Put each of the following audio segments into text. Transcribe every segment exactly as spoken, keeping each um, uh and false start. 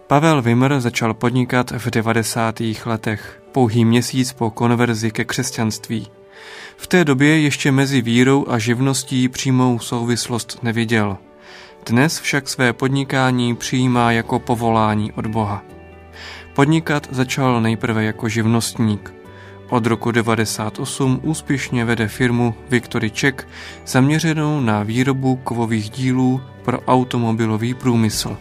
Pavel Vimr začal podnikat v devadesátých letech, pouhý měsíc po konverzi ke křesťanství. V té době ještě mezi vírou a živností přímou souvislost neviděl. Dnes však své podnikání přijímá jako povolání od Boha. Podnikat začal nejprve jako živnostník. Od roku devadesát osm úspěšně vede firmu Victory Czech zaměřenou na výrobu kovových dílů pro automobilový průmysl.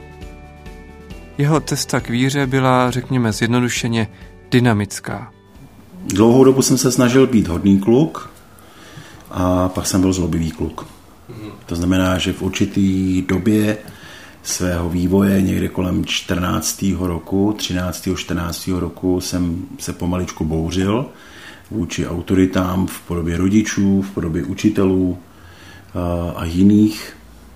Jeho cesta k víře byla, řekněme zjednodušeně, dynamická. Dlouhou dobu jsem se snažil být hodný kluk a pak jsem byl zlobivý kluk. To znamená, že v určitý době svého vývoje, někde kolem čtrnáctého roku, třináctého čtrnáctého roku, jsem se pomaličku bouřil vůči autoritám v podobě rodičů, v podobě učitelů a jiných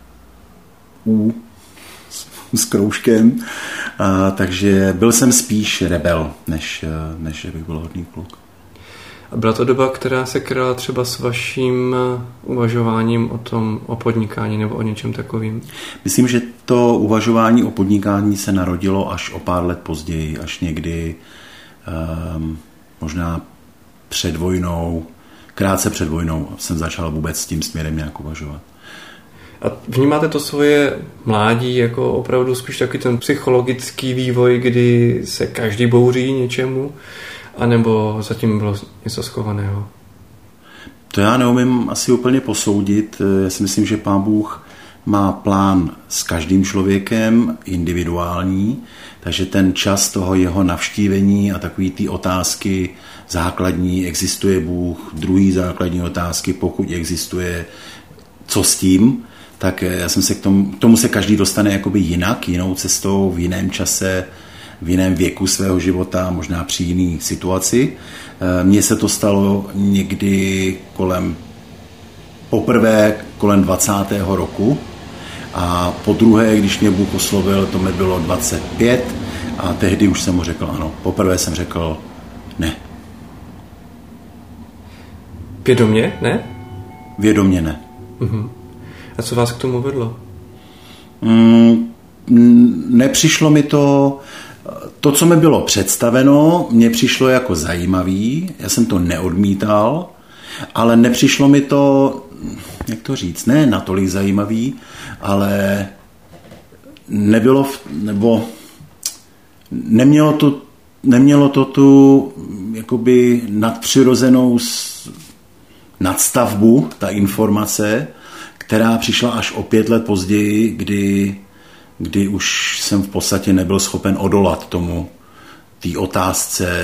U s kroužkem. A, takže byl jsem spíš rebel, než, než bych byl hodný kluk. A byla to doba, která se kryla třeba s vaším uvažováním o tom, o podnikání nebo o něčem takovým? Myslím, že to uvažování o podnikání se narodilo až o pár let později, až někdy um, možná před vojnou, krátce před vojnou jsem začal vůbec s tím směrem nějak uvažovat. A vnímáte to svoje mládí jako opravdu spíš taky ten psychologický vývoj, kdy se každý bouří něčemu, anebo zatím bylo něco schovaného? To já neumím asi úplně posoudit. Já si myslím, že Pán Bůh má plán s každým člověkem individuální, takže ten čas toho jeho navštívení a takový ty otázky základní, existuje Bůh, druhý základní otázky, pokud existuje, co s tím, tak já jsem se k tomu, k tomu se každý dostane jakoby jinak, jinou cestou, v jiném čase, v jiném věku svého života, možná při jiné situaci. Mně se to stalo někdy kolem, poprvé kolem dvacátého roku a po druhé, když mě Bůh oslovil, to mi bylo dvacet pět a tehdy už jsem mu řekl ano. Poprvé jsem řekl ne. Vědomě ne? Vědomě ne. Uh-huh. A co vás k tomu vedlo? Mm, nepřišlo mi to, to, co mi bylo představeno, mně přišlo jako zajímavý, já jsem to neodmítal, ale nepřišlo mi to, jak to říct, ne natolik zajímavý, ale nebylo, nebo nemělo to, nemělo to tu jakoby nadpřirozenou nadstavbu, ta informace, která přišla až o pět let později, kdy, kdy už jsem v podstatě nebyl schopen odolat tomu, té otázce,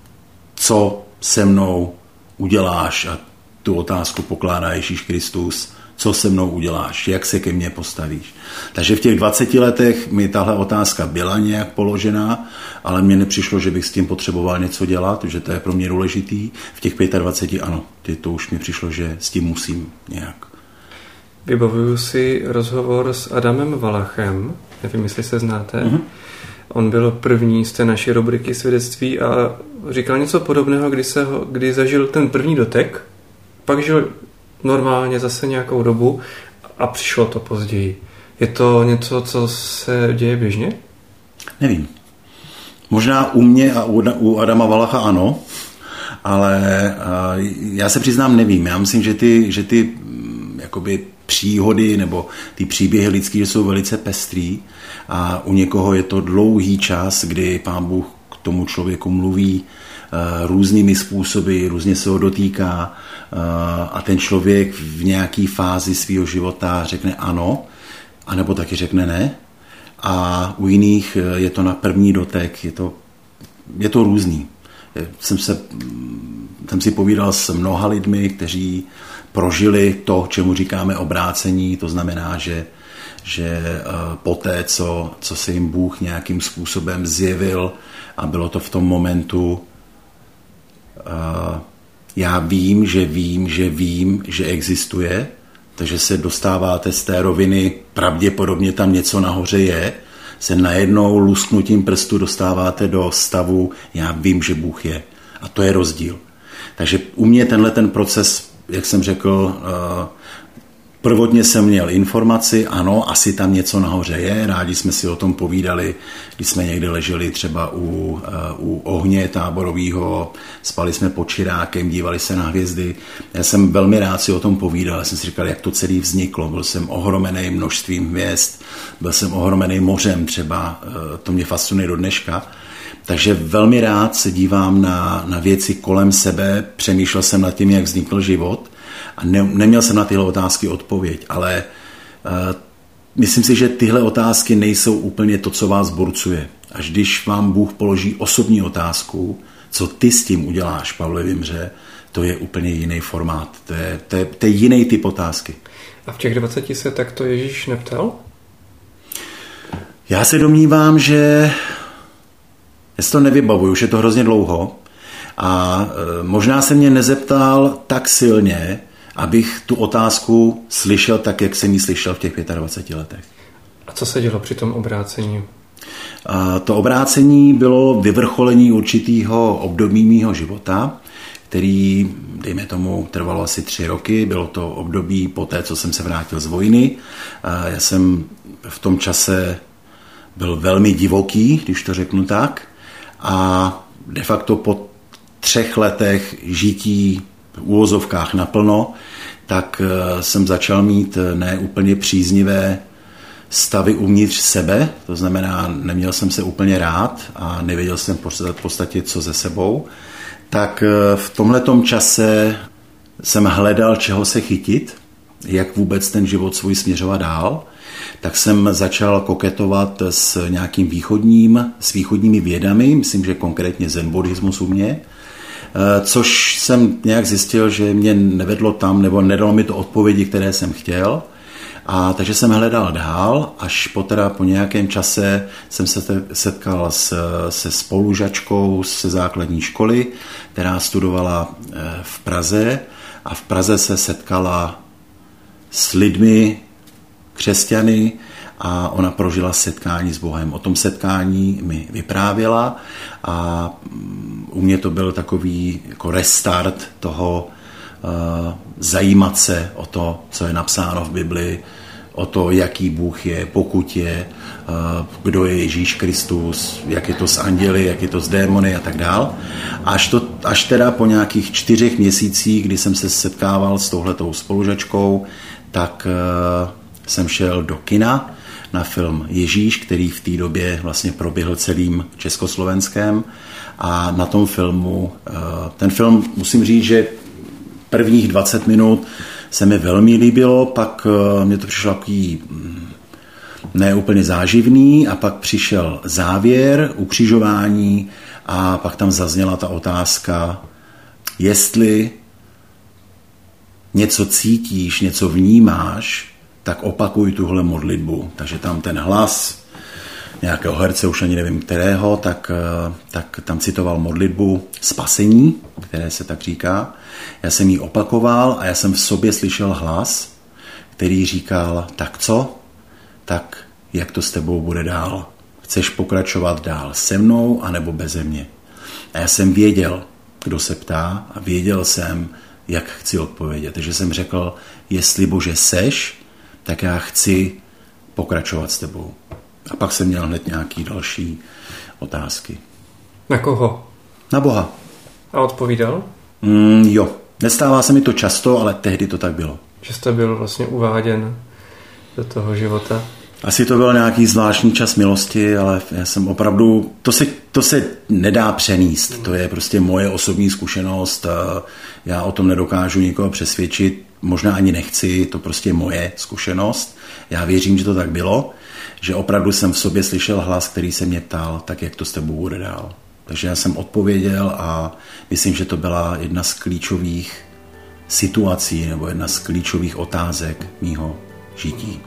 co se mnou uděláš, a tu otázku pokládá Ježíš Kristus, co se mnou uděláš, jak se ke mně postavíš. Takže v těch dvaceti letech mi tahle otázka byla nějak položená, ale mně nepřišlo, že bych s tím potřeboval něco dělat, že to je pro mě důležitý. V těch dvaceti pěti ano, to už mi přišlo, že s tím musím nějak. Vybavuju si rozhovor s Adamem Valachem, nevím, jestli se znáte. Mm-hmm. On byl první z té naší rubriky svědectví a říkal něco podobného, kdy, se ho, kdy zažil ten první dotek, pak žil normálně zase nějakou dobu a přišlo to později. Je to něco, co se děje běžně? Nevím. Možná u mě a u Adama Valacha ano, ale já se přiznám, nevím. Já myslím, že ty, že ty jakoby příhody nebo ty příběhy lidský jsou velice pestrý a u někoho je to dlouhý čas, kdy Pán Bůh k tomu člověku mluví různými způsoby, různě se ho dotýká a ten člověk v nějaké fázi svého života řekne ano, anebo taky řekne ne. A u jiných je to na první dotek, je to, je to různý. Jsem, se, jsem si povídal s mnoha lidmi, kteří prožili to, čemu říkáme obrácení, to znamená, že, že poté, co, co se jim Bůh nějakým způsobem zjevil a bylo to v tom momentu, já vím, že vím, že vím, že existuje, takže se dostáváte z té roviny, pravděpodobně tam něco nahoře je, se najednou lusknutím prstu dostáváte do stavu, já vím, že Bůh je. A to je rozdíl. Takže u mě tenhle ten proces, jak jsem řekl, Prvotně jsem měl informaci, ano, asi tam něco nahoře je, rádi jsme si o tom povídali, když jsme někde leželi třeba u, u ohně táborového, spali jsme pod čirákem, dívali se na hvězdy. Já jsem velmi rád si o tom povídal, já jsem si říkal, jak to celé vzniklo, byl jsem ohromený množstvím hvězd, byl jsem ohromený mořem třeba, to mě fascinuje do dneška. Takže velmi rád se dívám na, na věci kolem sebe, přemýšlel jsem nad tím, jak vznikl život a ne, neměl jsem na tyhle otázky odpověď, ale uh, myslím si, že tyhle otázky nejsou úplně to, co vás burcuje. Až když vám Bůh položí osobní otázku, co ty s tím uděláš, Pavle Vimře, to je úplně jiný formát, to je, to je, to je jiný typ otázky. A v těch dvaceti se takto Ježíš neptal? Já se domnívám, že já si to nevybavuju, už je to hrozně dlouho a e, možná se mě nezeptal tak silně, abych tu otázku slyšel tak, jak jsem ji slyšel v těch dvaceti pěti letech. A co se dělo při tom obrácení? A to obrácení bylo vyvrcholení určitého období mýho života, který, dejme tomu, trvalo asi tři roky. Bylo to období po té, co jsem se vrátil z vojny. A já jsem v tom čase byl velmi divoký, když to řeknu tak. A de facto po třech letech žití v úvozovkách naplno, tak jsem začal mít neúplně příznivé stavy uvnitř sebe, to znamená, neměl jsem se úplně rád a nevěděl jsem v podstatě, co ze sebou. Tak v tomhletom čase jsem hledal, čeho se chytit, jak vůbec ten život svůj směřovat dál. Tak jsem začal koketovat s nějakým východním, s východními vědami, myslím, že konkrétně zen buddhismus u mě, což jsem nějak zjistil, že mě nevedlo tam, nebo nedalo mi to odpovědi, které jsem chtěl. A takže jsem hledal dál, až po, teda po nějakém čase jsem se setkal s, se spolužačkou ze základní školy, která studovala v Praze a v Praze se setkala s lidmi, křesťany, a ona prožila setkání s Bohem. O tom setkání mi vyprávěla a u mě to byl takový jako restart toho uh, zajímat se o to, co je napsáno v Bibli, o to, jaký Bůh je, pokud je, uh, kdo je Ježíš Kristus, jak je to s anděli, jak je to s démony a tak dál. Až, to, až teda po nějakých čtyřech měsících, kdy jsem se setkával s touhletou spolužačkou, tak uh, jsem šel do kina na film Ježíš, který v té době vlastně proběhl celým Československem a na tom filmu, ten film musím říct, že prvních dvacet minut se mi velmi líbilo, pak mě to přišlo takový ne úplně záživný a pak přišel závěr, ukřižování a pak tam zazněla ta otázka, jestli něco cítíš, něco vnímáš, tak opakuj tuhle modlitbu. Takže tam ten hlas nějakého herce, už ani nevím kterého, tak, tak tam citoval modlitbu spasení, které se tak říká. Já jsem ji opakoval a já jsem v sobě slyšel hlas, který říkal, tak co? Tak jak to s tebou bude dál? Chceš pokračovat dál se mnou anebo beze mě? A já jsem věděl, kdo se ptá a věděl jsem, jak chci odpovědět. Takže jsem řekl, jestli Bože seš, tak já chci pokračovat s tebou. A pak jsem měl hned nějaký další otázky. Na koho? Na Boha. A odpovídal? Mm, jo. Nestává se mi to často, ale tehdy to tak bylo. Že jste byl vlastně uváděn do toho života? Asi to byl nějaký zvláštní čas milosti, ale já jsem opravdu... To se, to se nedá přenést. To je prostě moje osobní zkušenost. Já o tom nedokážu nikoho přesvědčit. Možná ani nechci, to prostě je moje zkušenost. Já věřím, že to tak bylo, že opravdu jsem v sobě slyšel hlas, který se mě ptal, tak jak to s tebou bude dál. Takže já jsem odpověděl a myslím, že to byla jedna z klíčových situací nebo jedna z klíčových otázek mýho žití.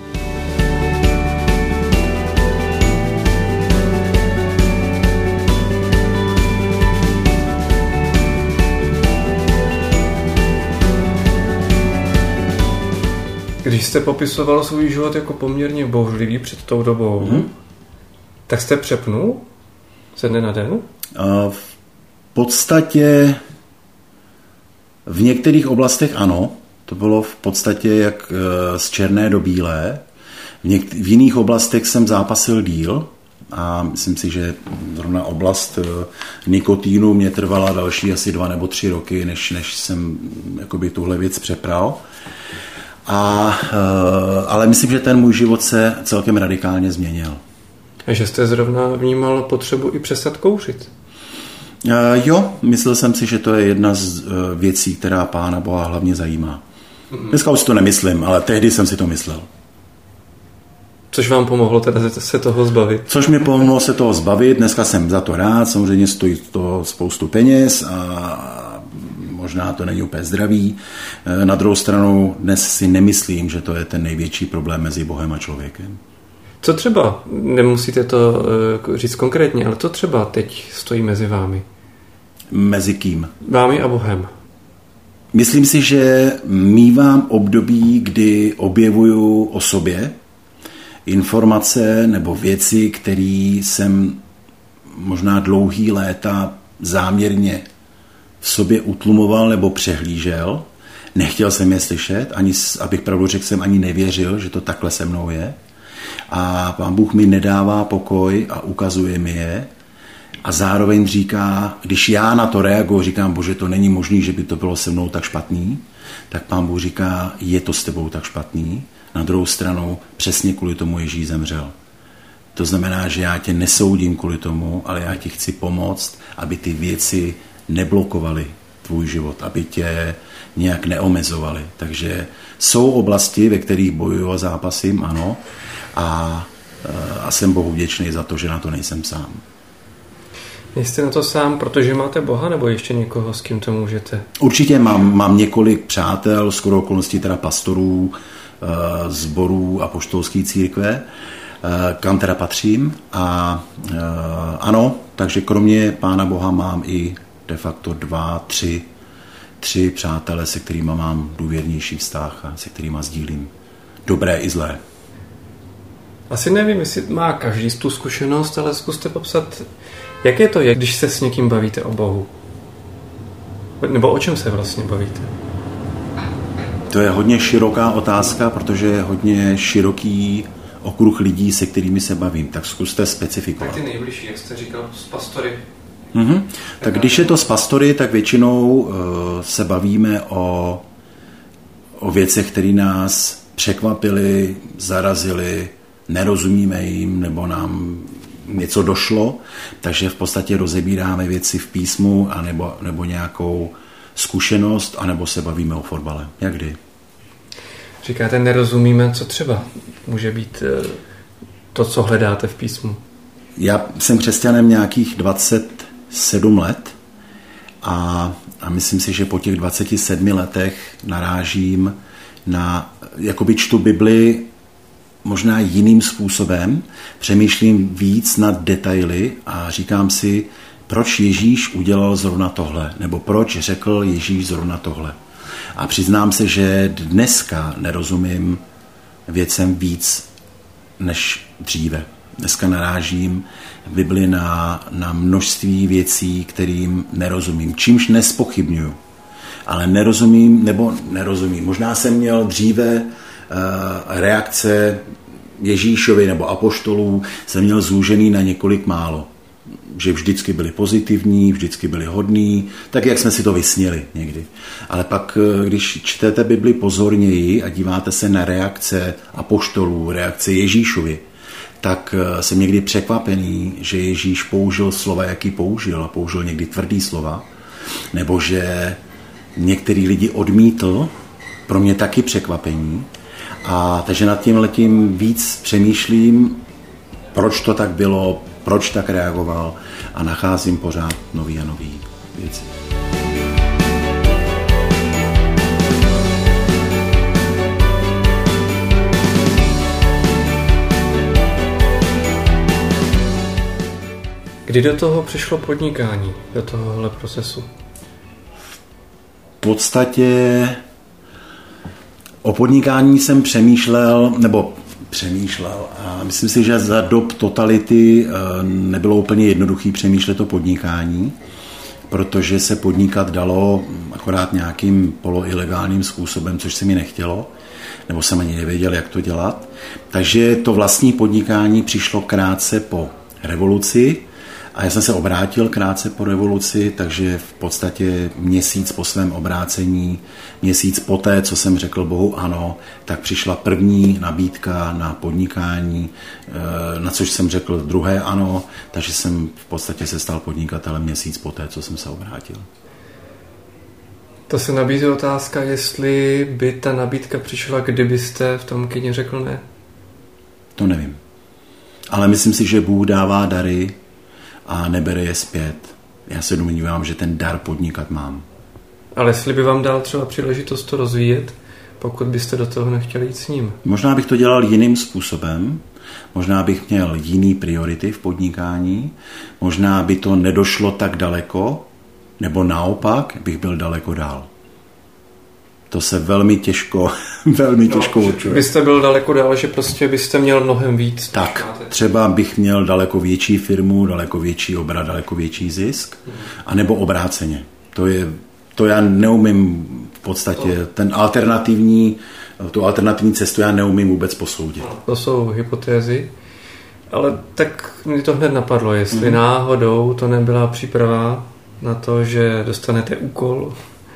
Když jste popisoval svůj život jako poměrně bouřlivý před tou dobou, mm-hmm. tak jste přepnul ze dne na den? V podstatě v některých oblastech ano, To bylo v podstatě jak z černé do bílé. V, něk- v jiných oblastech jsem zápasil díl a myslím si, že zrovna oblast nikotínu mě trvala další asi dva nebo tři roky, než, než jsem jakoby tuhle věc přepral. A, ale myslím, že ten můj život se celkem radikálně změnil. A že jste zrovna vnímal potřebu i přestat kouřit? Jo, myslel jsem si, že to je jedna z věcí, která Pána Boha hlavně zajímá. Dneska už si to nemyslím, ale tehdy jsem si to myslel. Což vám pomohlo teda se toho zbavit? Což mi pomohlo se toho zbavit, dneska jsem za to rád, samozřejmě stojí to spoustu peněz a možná to není úplně zdravý. Na druhou stranu dnes si nemyslím, že to je ten největší problém mezi Bohem a člověkem. Co třeba, nemusíte to říct konkrétně, ale co třeba teď stojí mezi vámi? Mezi kým? Vámi a Bohem. Myslím si, že mívám období, kdy objevuju o sobě informace nebo věci, které jsem možná dlouhý léta záměrně v sobě utlumoval nebo přehlížel. Nechtěl jsem je slyšet, ani, abych pravdu řekl, jsem ani nevěřil, že to takhle se mnou je. A Pán Bůh mi nedává pokoj a ukazuje mi je. A zároveň říká, když já na to reaguju, říkám, bože, to není možný, že by to bylo se mnou tak špatný, tak Pán Bůh říká, je to s tebou tak špatný. Na druhou stranu přesně kvůli tomu Ježíš zemřel. To znamená, že já tě nesoudím kvůli tomu, ale já ti chci pomoct, aby ty věci neblokovaly tvůj život, aby tě nějak neomezovaly. Takže jsou oblasti, ve kterých bojuju a zápasím, ano, a, a jsem Bohu vděčný za to, že na to nejsem sám. Nejste na to sám, protože máte Boha, nebo ještě někoho, s kým to můžete? Určitě mám, mám několik přátel, skoro okolností teda pastorů, sborů apoštolské církve, kam teda patřím. A ano, takže kromě Pána Boha mám i de facto dva, tři, tři přátele, se kterými mám důvěrnější vztah a se kterými sdílím dobré i zlé. Asi nevím, jestli má každý tu zkušenost, ale zkuste popsat, jak je to, jak když se s někým bavíte o Bohu? Nebo o čem se vlastně bavíte? To je hodně široká otázka, protože je hodně široký okruh lidí, se kterými se bavím. Tak zkuste specifikovat. Tak ty nejbližší, jak jste říkal, s pastory. Mm-hmm. Tak když je to s pastory, tak většinou uh, se bavíme o, o věcech, které nás překvapily, zarazily, nerozumíme jim, nebo nám něco došlo, takže v podstatě rozebíráme věci v písmu a nebo, nebo nějakou zkušenost, anebo se bavíme o fotbale. Jak kdy? Říkáte, nerozumíme, co třeba může být to, co hledáte v písmu? Já jsem křesťanem nějakých dvacet sedm let a, a myslím si, že po těch dvaceti sedmi letech narážím na, jakoby čtu Bibli možná jiným způsobem, přemýšlím víc nad detaily a říkám si, proč Ježíš udělal zrovna tohle, nebo proč řekl Ježíš zrovna tohle. A přiznám se, že dneska nerozumím věcem víc než dříve. Dneska narážím v Bibli na, na množství věcí, kterým nerozumím, čímž nespochybňuju. Ale nerozumím, nebo nerozumím. Možná jsem měl dříve uh, reakce Ježíšovi nebo apoštolů, jsem měl zúžený na několik málo. Že vždycky byli pozitivní, vždycky byli hodní, tak jak jsme si to vysnili někdy. Ale pak, když čtete Bibli pozorněji a díváte se na reakce apoštolů, reakce Ježíšovi, tak jsem někdy překvapený, že Ježíš použil slova, jaký použil, a použil někdy tvrdý slova, nebo že některý lidi odmítl, pro mě taky překvapení. A takže nad tím letím víc přemýšlím, proč to tak bylo, proč tak reagoval a nacházím pořád nový a nový věci. Kdy do toho přišlo podnikání, do tohohle procesu? V podstatě o podnikání jsem přemýšlel, nebo přemýšlel a myslím si, že za dob totality nebylo úplně jednoduché přemýšlet o podnikání, protože se podnikat dalo akorát nějakým poloilegálním způsobem, což se mi nechtělo, nebo jsem ani nevěděl, jak to dělat. Takže to vlastní podnikání přišlo krátce po revoluci a já jsem se obrátil krátce po revoluci, takže v podstatě měsíc po svém obrácení, měsíc poté, co jsem řekl Bohu ano, tak přišla první nabídka na podnikání, na což jsem řekl druhé ano, takže jsem v podstatě se stal podnikatelem měsíc poté, co jsem se obrátil. To se nabízí otázka, jestli by ta nabídka přišla, kdybyste v tom kyně řekl ne? To nevím. Ale myslím si, že Bůh dává dary a nebere je zpět. Já se domnívám, že ten dar podnikat mám. Ale jestli by vám dal třeba příležitost to rozvíjet, pokud byste do toho nechtěli jít s ním? Možná bych to dělal jiným způsobem. Možná bych měl jiný priority v podnikání. Možná by to nedošlo tak daleko, nebo naopak bych byl daleko dál. To se velmi těžko, velmi no, těžko určuje. Byste byl daleko dál, že prostě byste měl mnohem víc. Tak, třeba bych měl daleko větší firmu, daleko větší obrat, daleko větší zisk, hmm. anebo obráceně. To je, to já neumím v podstatě, no. ten alternativní, tu alternativní cestu já neumím vůbec posoudit. No, to jsou hypotézy, ale tak mi to hned napadlo, jestli hmm. náhodou to nebyla příprava na to, že dostanete úkol.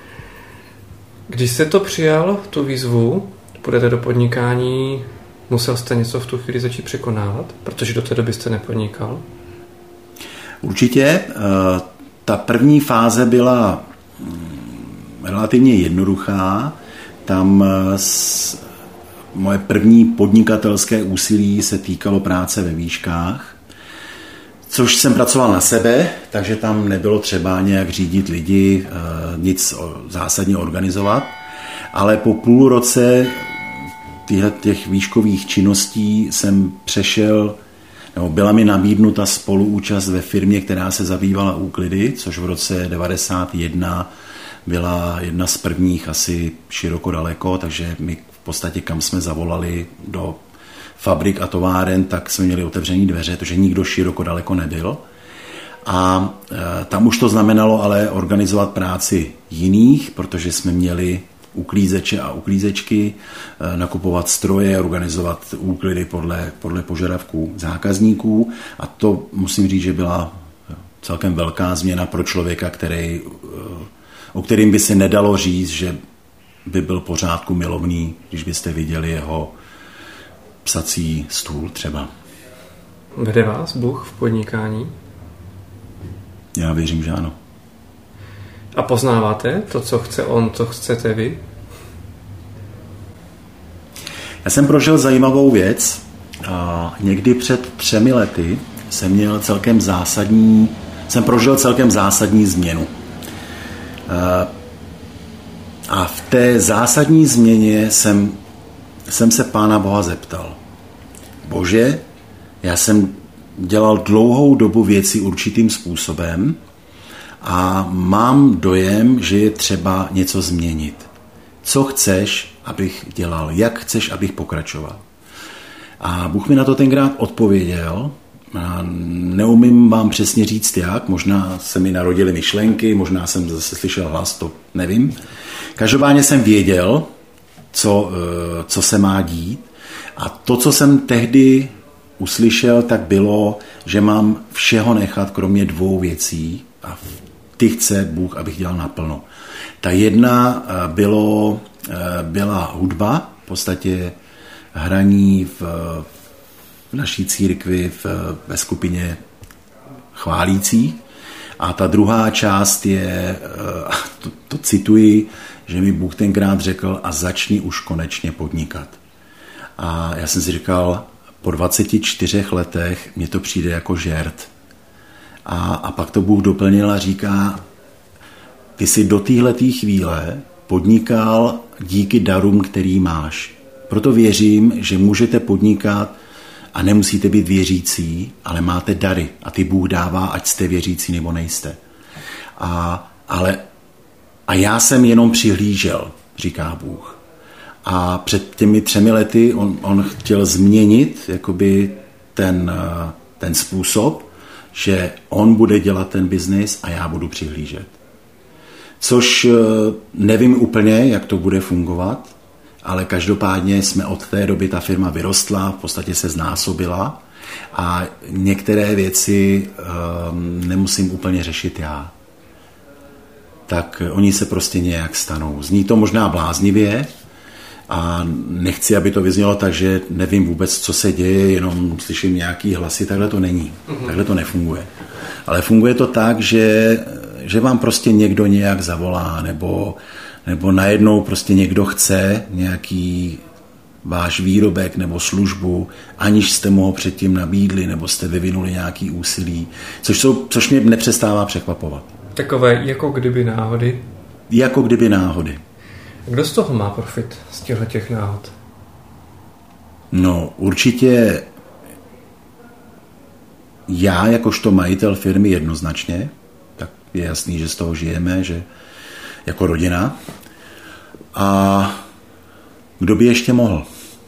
Když jste to přijal, tu výzvu, půjdete do podnikání, musel jste něco v tu chvíli začít překonávat, protože do té doby jste nepodnikal? Určitě. Ta první fáze byla relativně jednoduchá. Tam moje první podnikatelské úsilí se týkalo práce ve výškách, což jsem pracoval na sebe, takže tam nebylo třeba nějak řídit lidi, nic zásadně organizovat, ale po půl roce těch výškových činností jsem přešel, nebo byla mi nabídnuta spoluúčast ve firmě, která se zabývala úklidy, což v roce devadesát jedna byla jedna z prvních asi široko daleko, takže my v podstatě kam jsme zavolali do fabrik a továren, tak jsme měli otevřený dveře, protože nikdo široko daleko nebyl. A e, tam už to znamenalo ale organizovat práci jiných, protože jsme měli uklízeče a uklízečky, e, nakupovat stroje, organizovat úklidy podle, podle požadavků zákazníků. A to musím říct, že byla celkem velká změna pro člověka, který, e, o kterým by se nedalo říct, že by byl pořádku milovný, když byste viděli jeho psací stůl třeba. Vede vás Bůh v podnikání? Já věřím, že ano. A poznáváte to, co chce on, co chcete vy? Já jsem prožil zajímavou věc. A někdy před třemi lety jsem měl celkem zásadní, jsem prožil celkem zásadní změnu. A v té zásadní změně jsem, jsem se Pána Boha zeptal. Bože, já jsem dělal dlouhou dobu věci určitým způsobem a mám dojem, že je třeba něco změnit. Co chceš, abych dělal? Jak chceš, abych pokračoval? A Bůh mi na to tenkrát odpověděl. A neumím vám přesně říct jak, možná se mi narodily myšlenky, možná jsem zase slyšel hlas, to nevím. Každopádně jsem věděl, co, co se má dít. A to, co jsem tehdy uslyšel, tak bylo, že mám všeho nechat, kromě dvou věcí a ty chce Bůh, abych dělal naplno. Ta jedna bylo, byla hudba, v podstatě hraní v, v naší církvi v, ve skupině chválící. A ta druhá část je, to, to cituji, že mi Bůh tenkrát řekl a začni už konečně podnikat. A já jsem si říkal, po dvaceti čtyřech letech mně to přijde jako žert. A, a pak to Bůh doplnil a říká, ty jsi do téhletý chvíle podnikal díky darům, který máš. Proto věřím, že můžete podnikat a nemusíte být věřící, ale máte dary a ty Bůh dává, ať jste věřící nebo nejste. A, ale, a já jsem jenom přihlížel, říká Bůh. A před těmi třemi lety on, on chtěl změnit jakoby ten, ten způsob, že on bude dělat ten biznis a já budu přihlížet. Což nevím úplně, jak to bude fungovat, ale každopádně jsme od té doby, ta firma vyrostla, v podstatě se znásobila a některé věci um, nemusím úplně řešit já. Tak oni se prostě nějak stanou. Zní to možná bláznivě a nechci, aby to vyznělo tak, že nevím vůbec, co se děje, jenom slyším nějaký hlasy, takhle to není. Mm-hmm. Takhle to nefunguje. Ale funguje to tak, že, že vám prostě někdo nějak zavolá, nebo, nebo najednou prostě někdo chce nějaký váš výrobek nebo službu, aniž jste mu ho předtím nabídli, nebo jste vyvinuli nějaký úsilí, což, jsou, což mě nepřestává překvapovat. Takové jako kdyby náhody? Jako kdyby náhody. Kdo z toho má profit, z těchto těch náhod? No, určitě já, jakožto majitel firmy jednoznačně, tak je jasný, že z toho žijeme, že jako rodina. A kdo by ještě mohl?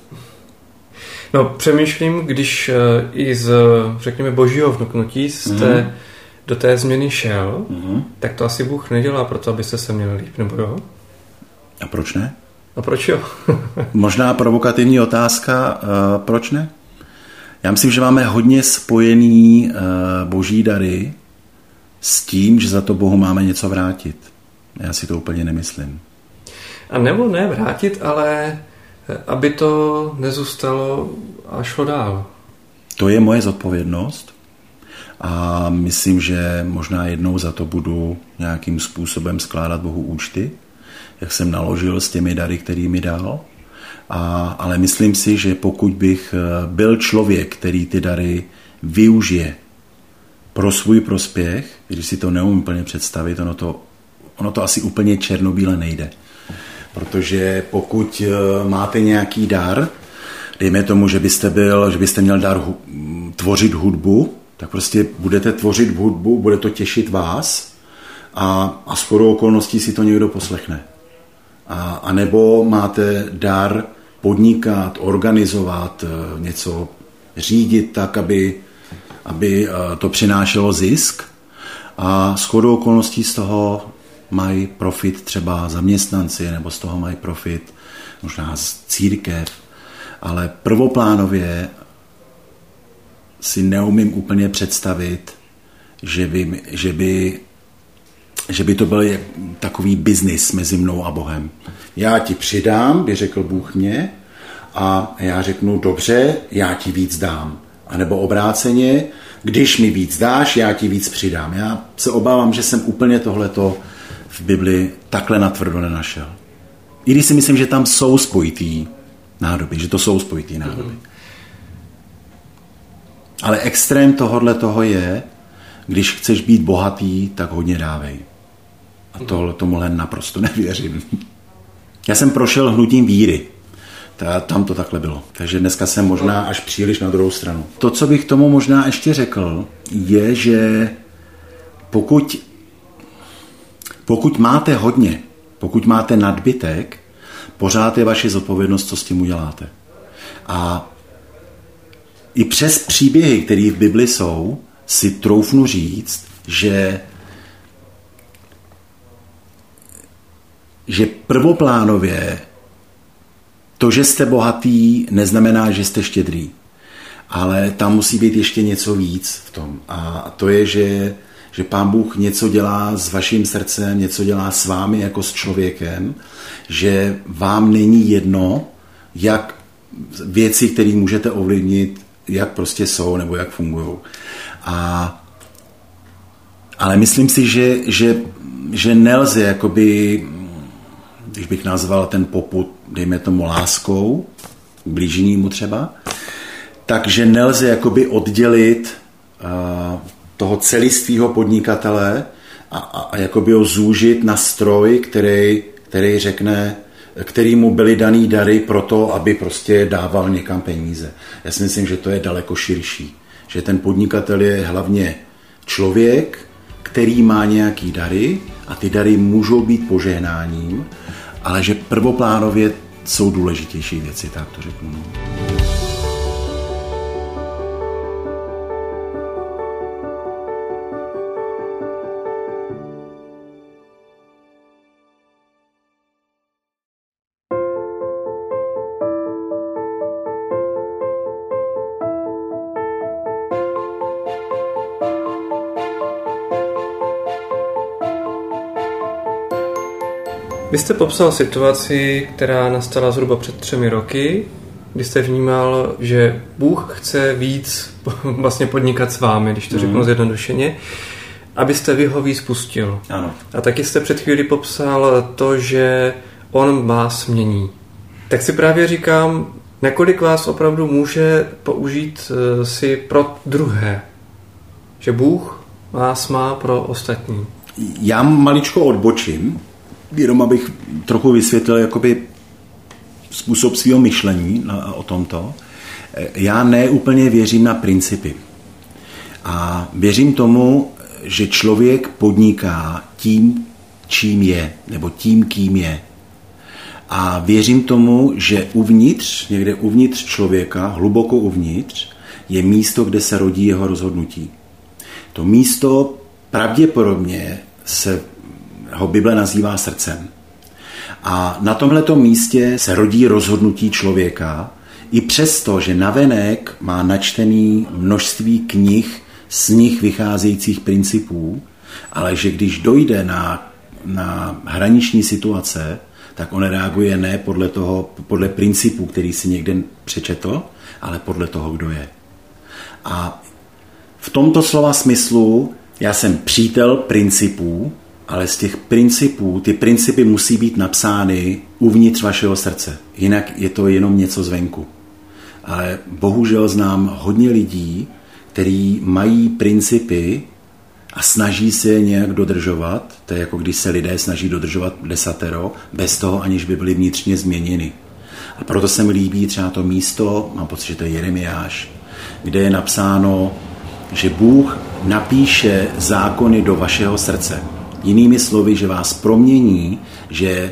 No, přemýšlím, když i z, řekněme, božího vnuknutí jste mm. do té změny šel, mm. tak to asi Bůh nedělá proto, abyste se měli líp, nebo jo? A proč ne? A proč jo? Možná provokativní otázka, uh, proč ne? Já myslím, že máme hodně spojený uh, boží dary s tím, že za to Bohu máme něco vrátit. Já si to úplně nemyslím. A nebo ne vrátit, ale aby to nezůstalo a šlo dál. To je moje zodpovědnost a myslím, že možná jednou za to budu nějakým způsobem skládat Bohu účty, jak jsem naložil s těmi dary, který mi dal. A, ale myslím si, že pokud bych byl člověk, který ty dary využije pro svůj prospěch, když si to neumím úplně představit, ono to, ono to asi úplně černobíle nejde. Protože pokud máte nějaký dar, dejme tomu, že byste byl, že byste měl dar hu, tvořit hudbu, tak prostě budete tvořit hudbu, bude to těšit vás a, a shodou okolností si to někdo poslechne. A, a nebo máte dar podnikat, organizovat, něco řídit tak, aby, aby to přinášelo zisk a shodou okolností z toho mají profit třeba zaměstnanci, nebo z toho mají profit možná z církev, ale prvoplánově si neumím úplně představit, že by, že by, že by to byl takový biznis mezi mnou a Bohem. Já ti přidám, by řekl Bůh mě, a já řeknu, dobře, já ti víc dám. A nebo obráceně, když mi víc dáš, já ti víc přidám. Já se obávám, že jsem úplně tohleto v Bibli takhle natvrdo nenašel. I když si myslím, že tam jsou spojitý nádoby, že to jsou spojitý nádoby. Mm. Ale extrém tohodle toho je, když chceš být bohatý, tak hodně dávej. A tohle tomuhle naprosto nevěřím. Já jsem prošel hnutím víry. Tam to takhle bylo. Takže dneska jsem možná až příliš na druhou stranu. To, co bych tomu možná ještě řekl, je, že pokud, pokud máte hodně, pokud máte nadbytek, pořád je vaše zodpovědnost, co s tím uděláte. A i přes příběhy, které v Bibli jsou, si troufnu říct, že že prvoplánově to, že jste bohatý, neznamená, že jste štědrý. Ale tam musí být ještě něco víc v tom. A to je, že, že Pán Bůh něco dělá s vaším srdcem, něco dělá s vámi jako s člověkem, že vám není jedno, jak věci, které můžete ovlivnit, jak prostě jsou nebo jak fungují. A ale myslím si, že, že, že nelze jakoby, když bych nazval ten popud, dejme tomu láskou, blížnímu třeba, takže nelze jakoby oddělit uh, toho celistvého podnikatele a, a, a jakoby ho zúžit na stroj, který, který řekne, kterýmu byly daný dary pro to, aby prostě dával někam peníze. Já si myslím, že to je daleko širší. Že ten podnikatel je hlavně člověk, který má nějaký dary a ty dary můžou být požehnáním, ale že prvoplánově jsou důležitější věci, tak to řeknu. Vy jste popsal situaci, která nastala zhruba před třemi roky, kdy jste vnímal, že Bůh chce víc vlastně podnikat s vámi, když to mm. řeknu zjednodušeně, abyste vy ho víc pustil. Ano. A taky jste před chvíli popsal to, že on vás mění. Tak si právě říkám, nakolik vás opravdu může použít si pro druhé, že Bůh vás má pro ostatní. Já maličko odbočím, jenom abych trochu vysvětlil jakoby způsob svého myšlení na, o tomto. Já neúplně věřím na principy. A věřím tomu, že člověk podniká tím, čím je, nebo tím, kým je. A věřím tomu, že uvnitř, někde uvnitř člověka, hluboko uvnitř, je místo, kde se rodí jeho rozhodnutí. To místo pravděpodobně se ho Bible nazývá srdcem. A na tomhleto místě se rodí rozhodnutí člověka, i přesto, že navenek má načtený množství knih, z nich vycházejících principů, ale že když dojde na, na hraniční situace, tak on reaguje ne podle toho, podle principů, který si někde přečetl, ale podle toho, kdo je. A v tomto slova smyslu já jsem přítel principů, ale z těch principů, ty principy musí být napsány uvnitř vašeho srdce. Jinak je to jenom něco zvenku. Ale bohužel znám hodně lidí, kteří mají principy a snaží se je nějak dodržovat. To je jako když se lidé snaží dodržovat desatero, bez toho, aniž by byly vnitřně změněny. A proto se mi líbí třeba to místo, mám pocit, že to je Jeremiáš, kde je napsáno, že Bůh napíše zákony do vašeho srdce. Jinými slovy, že vás promění, že,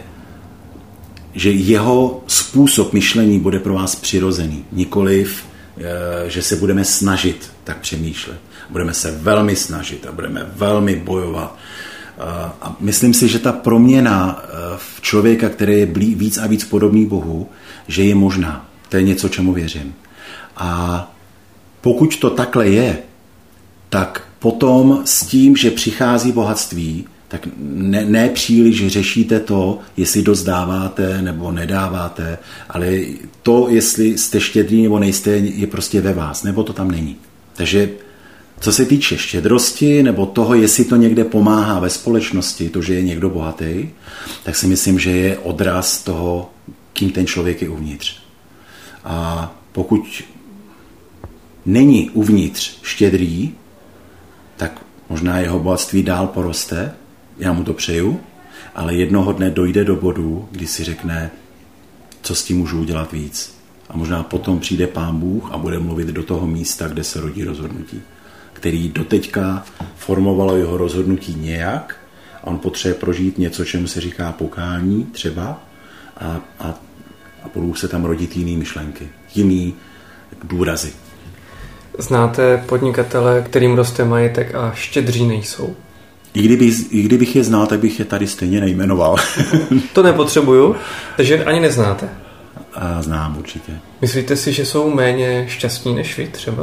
že jeho způsob myšlení bude pro vás přirozený. Nikoliv, že se budeme snažit tak přemýšlet. Budeme se velmi snažit a budeme velmi bojovat. A myslím si, že ta proměna v člověka, který je víc a víc podobný Bohu, že je možná. To je něco, čemu věřím. A pokud to takhle je, tak potom s tím, že přichází bohatství, tak ne, ne příliš řešíte to, jestli dost dáváte nebo nedáváte, ale to, jestli jste štědrý nebo nejste, je prostě ve vás, nebo to tam není. Takže co se týče štědrosti nebo toho, jestli to někde pomáhá ve společnosti, to, že je někdo bohatý, tak si myslím, že je odraz toho, kým ten člověk je uvnitř. A pokud není uvnitř štědrý, tak možná jeho bohatství dál poroste, já mu to přeju, ale jednoho dne dojde do bodu, kdy si řekne, co s tím můžu udělat víc. A možná potom přijde Pán Bůh a bude mluvit do toho místa, kde se rodí rozhodnutí, který doteďka formovalo jeho rozhodnutí nějak a on potřebuje prožít něco, čemu se říká pokání třeba a, a, a budou se tam rodit jiný myšlenky, jiný důrazy. Znáte podnikatele, kterým roste majetek a štědří nejsou? I, kdyby, I kdybych je znal, tak bych je tady stejně nejmenoval. To nepotřebuju, takže ani neznáte. A znám určitě. Myslíte si, že jsou méně šťastní než vy třeba?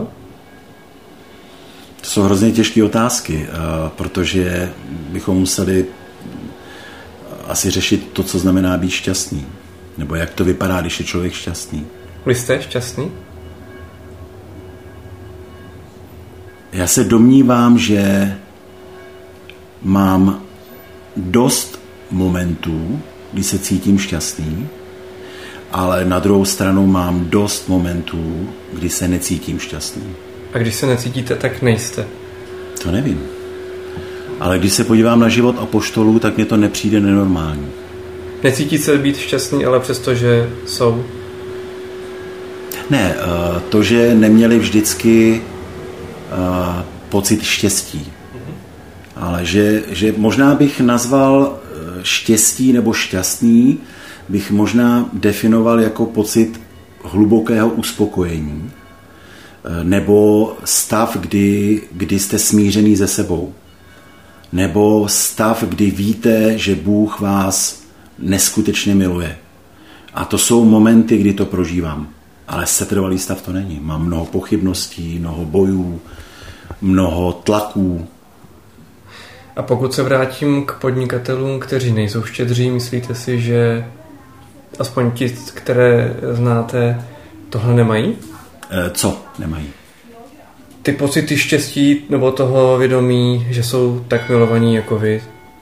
To jsou hrozně těžké otázky, protože bychom museli asi řešit to, co znamená být šťastný. Nebo jak to vypadá, když je člověk šťastný. Vy jste šťastný? Já se domnívám, že mám dost momentů, kdy se cítím šťastný, ale na druhou stranu mám dost momentů, kdy se necítím šťastný. A když se necítíte, tak nejste? To nevím. Ale když se podívám na život apoštolů, tak mně to nepřijde nenormální. Necítí se být šťastný, ale přesto, že jsou? Ne, to, že neměli vždycky pocit štěstí. Ale že, že možná bych nazval štěstí nebo šťastný, bych možná definoval jako pocit hlubokého uspokojení nebo stav, kdy, kdy jste smířený se sebou. Nebo stav, kdy víte, že Bůh vás neskutečně miluje. A to jsou momenty, kdy to prožívám. Ale setrvalý stav to není. Mám mnoho pochybností, mnoho bojů, mnoho tlaků. A pokud se vrátím k podnikatelům, kteří nejsou štědří, myslíte si, že aspoň ti, které znáte, tohle nemají? E, co nemají? Ty pocity štěstí nebo toho vědomí, že jsou tak milovaní jako vy?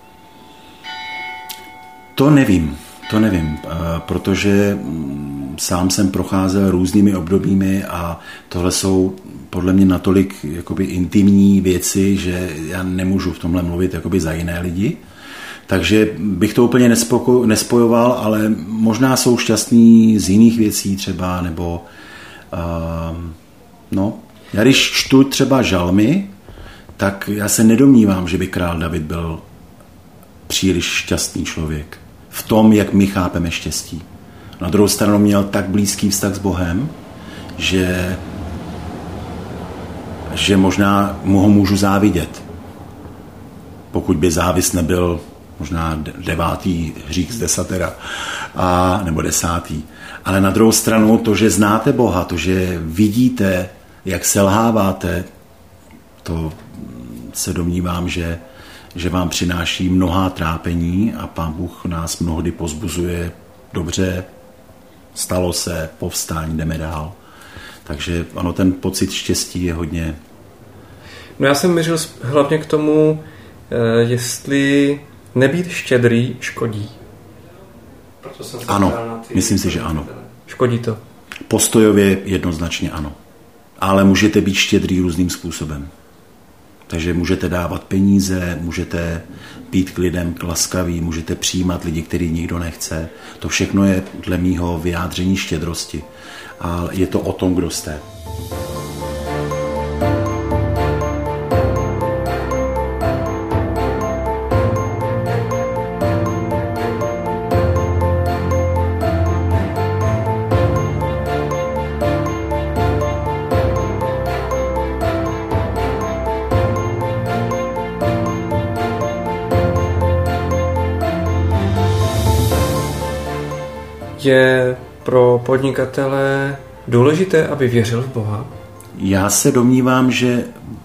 To nevím, to nevím, protože sám jsem procházel různými obdobími a tohle jsou podle mě natolik jakoby intimní věci, že já nemůžu v tomhle mluvit jakoby za jiné lidi. Takže bych to úplně nespoko- nespojoval, ale možná jsou šťastní z jiných věcí třeba, nebo uh, no, já když čtu třeba žalmy, tak já se nedomnívám, že by král David byl příliš šťastný člověk v tom, jak my chápeme štěstí. Na druhou stranu měl tak blízký vztah s Bohem, že, že možná mu ho můžu závidět. Pokud by závis nebyl možná devátý hřích z desatera, a, nebo desátý. Ale na druhou stranu to, že znáte Boha, to, že vidíte, jak selháváte, to se domnívám, že, že vám přináší mnohá trápení a Pán Bůh nás mnohdy pozbuzuje dobře, stalo se, povstání, jdeme dál. Takže ano, ten pocit štěstí je hodně... No já jsem mířil hlavně k tomu, jestli nebýt štědrý škodí. Proto jsem ano, myslím si, že ano. Škodí to? Postojově jednoznačně ano. Ale můžete být štědrý různým způsobem. Takže můžete dávat peníze, můžete být k lidem laskavý, můžete přijímat lidi, který nikdo nechce. To všechno je dle mýho vyjádření štědrosti. A je to o tom, kdo jste. Je pro podnikatele důležité, aby věřil v Boha? Já se domnívám, že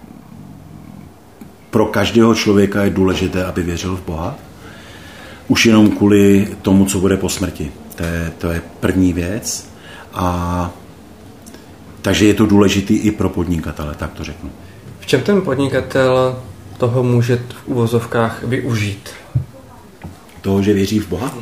pro každého člověka je důležité, aby věřil v Boha. Už jenom kvůli tomu, co bude po smrti. To je, to je první věc. A takže je to důležité i pro podnikatele, tak to řeknu. V čem ten podnikatel toho může v uvozovkách využít? Toho, že věří v Boha?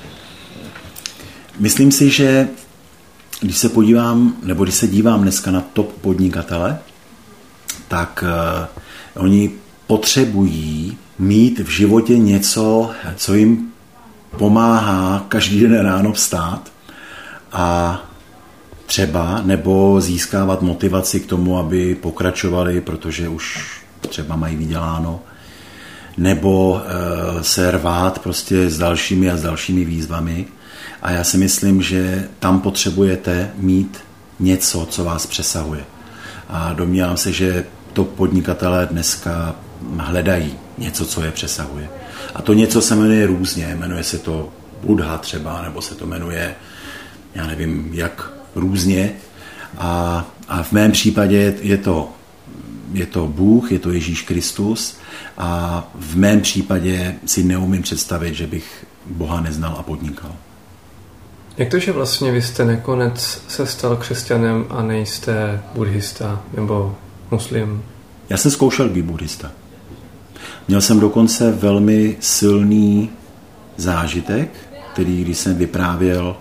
Myslím si, že když se podívám, nebo když se dívám dneska na top podnikatele, tak uh, oni potřebují mít v životě něco, co jim pomáhá každý den ráno vstát a třeba nebo získávat motivaci k tomu, aby pokračovali, protože už třeba mají vyděláno, nebo uh, se rvát prostě s dalšími a s dalšími výzvami. A já si myslím, že tam potřebujete mít něco, co vás přesahuje. A domnívám se, že to podnikatelé dneska hledají něco, co je přesahuje. A to něco se jmenuje různě. Jmenuje se to Buddha třeba, nebo se to jmenuje, já nevím, jak různě. A, a v mém případě je to, je to Bůh, je to Ježíš Kristus. A v mém případě si neumím představit, že bych Boha neznal a podnikal. Jak to, že vlastně vy jste nakonec se stal křesťanem a nejste buddhista nebo muslim? Já jsem zkoušel být buddhista. Měl jsem dokonce velmi silný zážitek, který, když jsem vyprávěl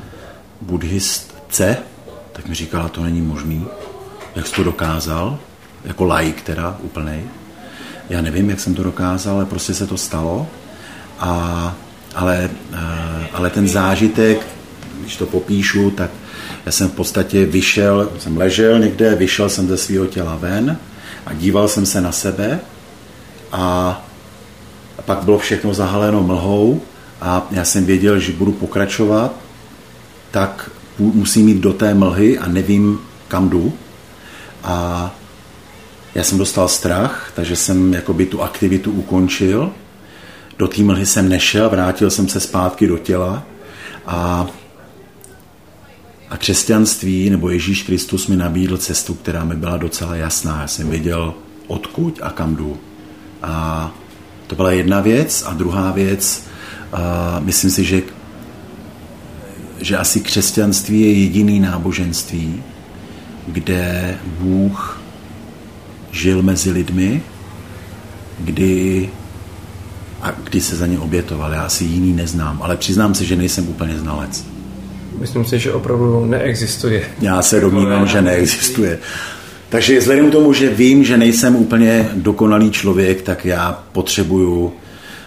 buddhistce, tak mi říkala, to není možný. Jak jsi to dokázal? Jako laik teda, úplnej. Já nevím, jak jsem to dokázal, ale prostě se to stalo. A, ale, ale ten zážitek, když to popíšu, tak já jsem v podstatě vyšel, jsem ležel někde, vyšel jsem ze svého těla ven a díval jsem se na sebe a, a pak bylo všechno zahaleno mlhou a já jsem věděl, že budu pokračovat, tak musím jít do té mlhy a nevím, kam jdu. A já jsem dostal strach, takže jsem jakoby tu aktivitu ukončil. Do té mlhy jsem nešel, vrátil jsem se zpátky do těla a A křesťanství nebo Ježíš Kristus mi nabídl cestu, která mi byla docela jasná. Já jsem věděl, odkud a kam jdu. A To byla jedna věc. A druhá věc, uh, myslím si, že, že asi křesťanství je jediný náboženství, kde Bůh žil mezi lidmi, kdy, a kdy se za ně obětoval. Já asi jiný neznám, ale přiznám se, že nejsem úplně znalec. Myslím si, že opravdu neexistuje. Já se domnívám, že neexistuje. Takže vzhledem k tomu, že vím, že nejsem úplně dokonalý člověk, tak já potřebuju uh,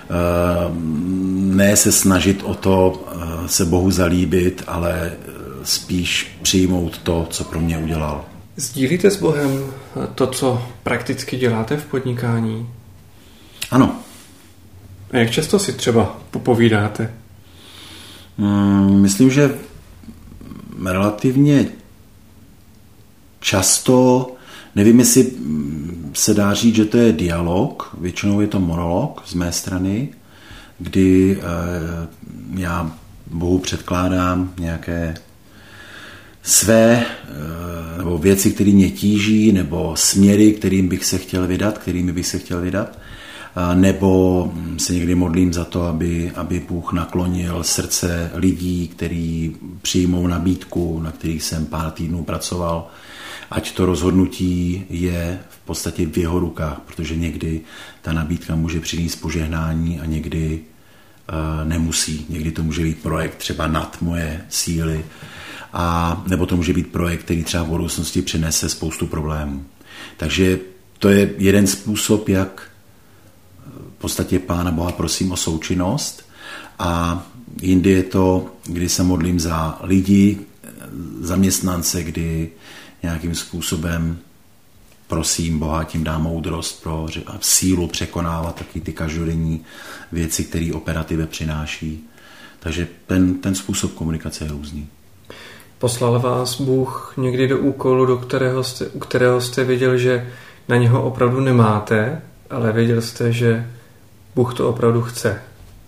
ne se snažit o to uh, se Bohu zalíbit, ale spíš přijmout to, co pro mě udělal. Sdílíte s Bohem to, co prakticky děláte v podnikání? Ano. A jak často si třeba popovídáte? Hmm, myslím, že relativně často, nevím, jestli se dá říct, že to je dialog, většinou je to monolog z mé strany, kdy eh, já Bohu předkládám nějaké své nebo věci, které mě tíží, nebo směry, kterým bych se chtěl vydat, kterými bych se chtěl vydat, nebo se někdy modlím za to, aby, aby Bůh naklonil srdce lidí, kteří přijmou nabídku, na kterých jsem pár týdnů pracoval, ať to rozhodnutí je v podstatě v jeho rukách, protože někdy ta nabídka může přinést požehnání a někdy uh, nemusí. Někdy to může být projekt třeba nad moje síly, a nebo to může být projekt, který třeba v budoucnosti přinese spoustu problémů. Takže to je jeden způsob, jak v podstatě Pána Boha prosím o součinnost, a jindy je to, kdy se modlím za lidi, zaměstnance, kdy nějakým způsobem prosím Boha, tím dá moudrost pro sílu překonávat taky ty každodenní věci, které operativě přináší. Takže ten, ten způsob komunikace je různý. Poslal vás Bůh někdy do úkolu, do kterého jste, u kterého jste věděl, že na něho opravdu nemáte, ale věděl jste, že Bůh to opravdu chce?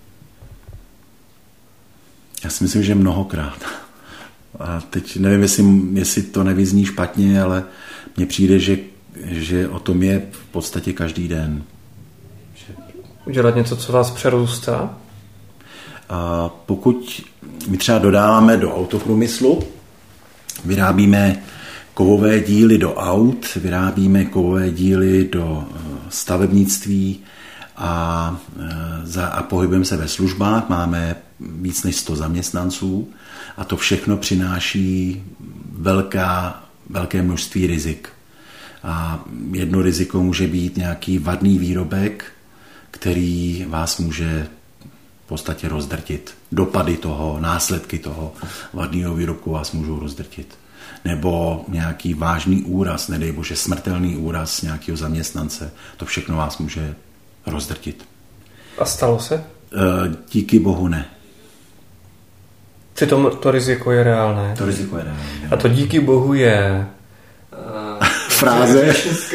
Já si myslím, že mnohokrát. A teď nevím, jestli, jestli to nevyzní špatně, ale mně přijde, že, že o tom je v podstatě každý den. Udělat něco, co vás přerůstá? A pokud my třeba dodáváme do autoprůmyslu, vyrábíme kovové díly do aut, vyrábíme kovové díly do stavebnictví a, a pohybujeme se ve službách, máme víc než sto zaměstnanců a to všechno přináší velká, velké množství rizik. A jedno riziko může být nějaký vadný výrobek, který vás může v podstatě rozdrtit. Dopady toho, následky toho vadného výrobku vás můžou rozdrtit. Nebo nějaký vážný úraz, nedej bože smrtelný úraz nějakého zaměstnance, to všechno vás může rozdrtit. A stalo se? Díky Bohu ne. Přitom to riziko je reálné. To riziko je reálné. A to díky Bohu je... Uh, Fráze.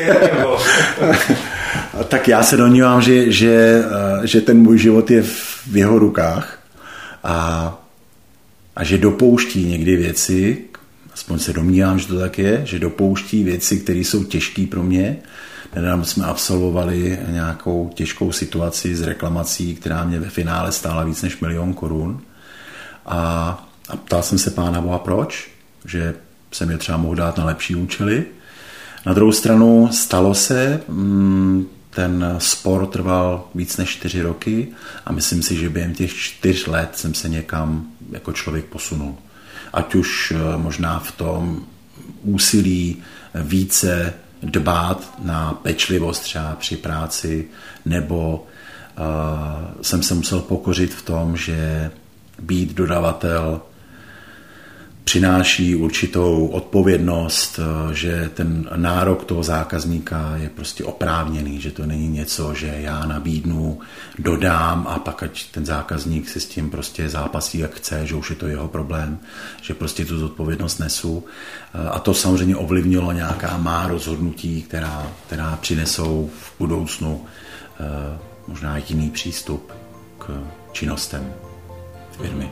Tak já se domnívám, že, že, že ten můj život je v jeho rukách a, a že dopouští někdy věci, aspoň se domnívám, že to tak je, že dopouští věci, které jsou těžké pro mě. Nedávno jsme absolvovali nějakou těžkou situaci s reklamací, která mě ve finále stála víc než milion korun. A, a ptal jsem se Pána Boha proč, že jsem je třeba mohl dát na lepší účely. Na druhou stranu stalo se, ten spor trval víc než čtyři roky a myslím si, že během těch čtyř let jsem se někam jako člověk posunul. Ať už možná v tom úsilí více dbát na pečlivost třeba při práci, nebo uh, jsem se musel pokořit v tom, že být dodavatel přináší určitou odpovědnost, že ten nárok toho zákazníka je prostě oprávněný, že to není něco, že já nabídnu, dodám a pak ať ten zákazník si s tím prostě zápasí, jak chce, že už je to jeho problém, že prostě tu zodpovědnost nesu. A to samozřejmě ovlivnilo nějaká má rozhodnutí, která, která přinesou v budoucnu možná jiný přístup k činnostem firmy.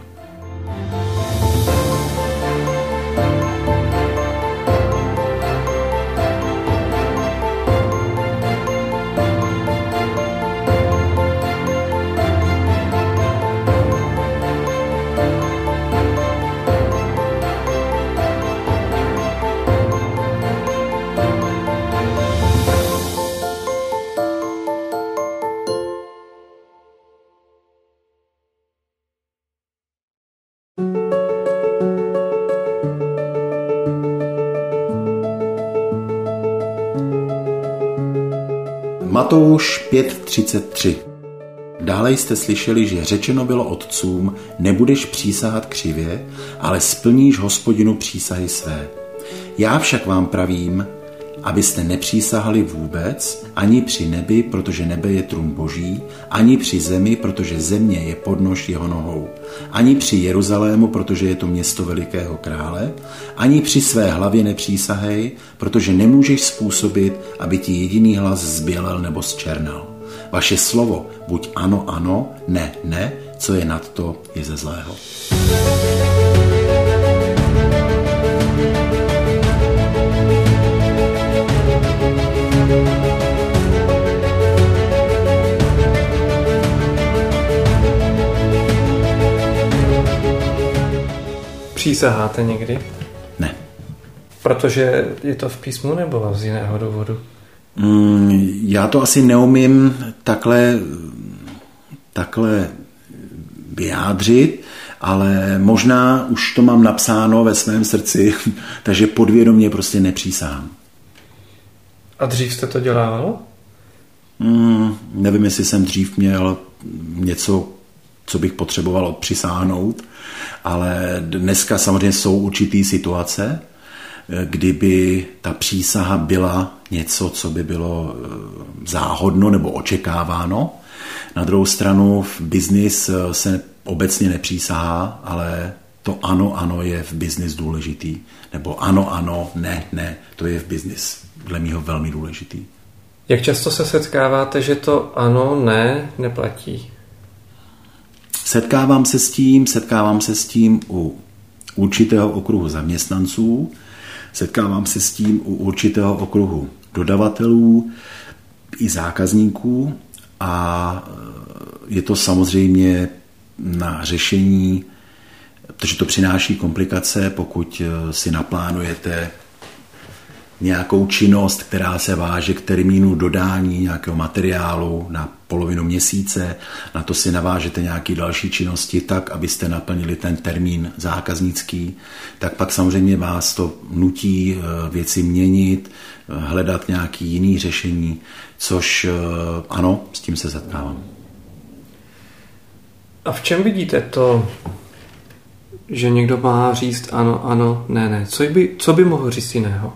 Matouš pět třicet tři. Dále jste slyšeli, že řečeno bylo otcům, nebudeš přísahat křivě, ale splníš Hospodinu přísahy své. Já však vám pravím, abyste nepřísahali vůbec, ani při nebi, protože nebe je trůn Boží, ani při zemi, protože země je podnož jeho nohou, ani při Jeruzalému, protože je to město velikého krále, ani při své hlavě nepřísahej, protože nemůžeš způsobit, aby ti jediný hlas zbělel nebo zčernal. Vaše slovo, buď ano, ano, ne, ne, co je nad to, je ze zlého. Přísaháte někdy? Ne. Protože je to v písmu nebo z jiného důvodu? Mm, já to asi neumím takhle, takhle vyjádřit, ale možná už to mám napsáno ve svém srdci, takže podvědomě prostě nepřísahám. A dřív jste to dělával? Mm, nevím, jestli jsem dřív měl něco, co bych potřeboval odpřisáhnout, ale dneska samozřejmě jsou určitý situace, kdyby ta přísaha byla něco, co by bylo záhodno nebo očekáváno. Na druhou stranu v biznis se obecně nepřísahá, ale to ano, ano je v biznis důležitý. Nebo ano, ano, ne, ne, to je v biznis dle mýho velmi důležitý. Jak často se setkáváte, že to ano, ne, neplatí? Setkávám se s tím, setkávám se s tím u určitého okruhu zaměstnanců, setkávám se s tím u určitého okruhu dodavatelů i zákazníků a je to samozřejmě na řešení, protože to přináší komplikace, pokud si naplánujete nějakou činnost, která se váže k termínu dodání nějakého materiálu na polovinu měsíce, na to si navážete nějaké další činnosti tak, abyste naplnili ten termín zákaznický, tak pak samozřejmě vás to nutí věci měnit, hledat nějaké jiné řešení, což ano, s tím se setkávám. A v čem vidíte to, že někdo má říct ano, ano, ne, ne? Co by, co by mohl říct jiného?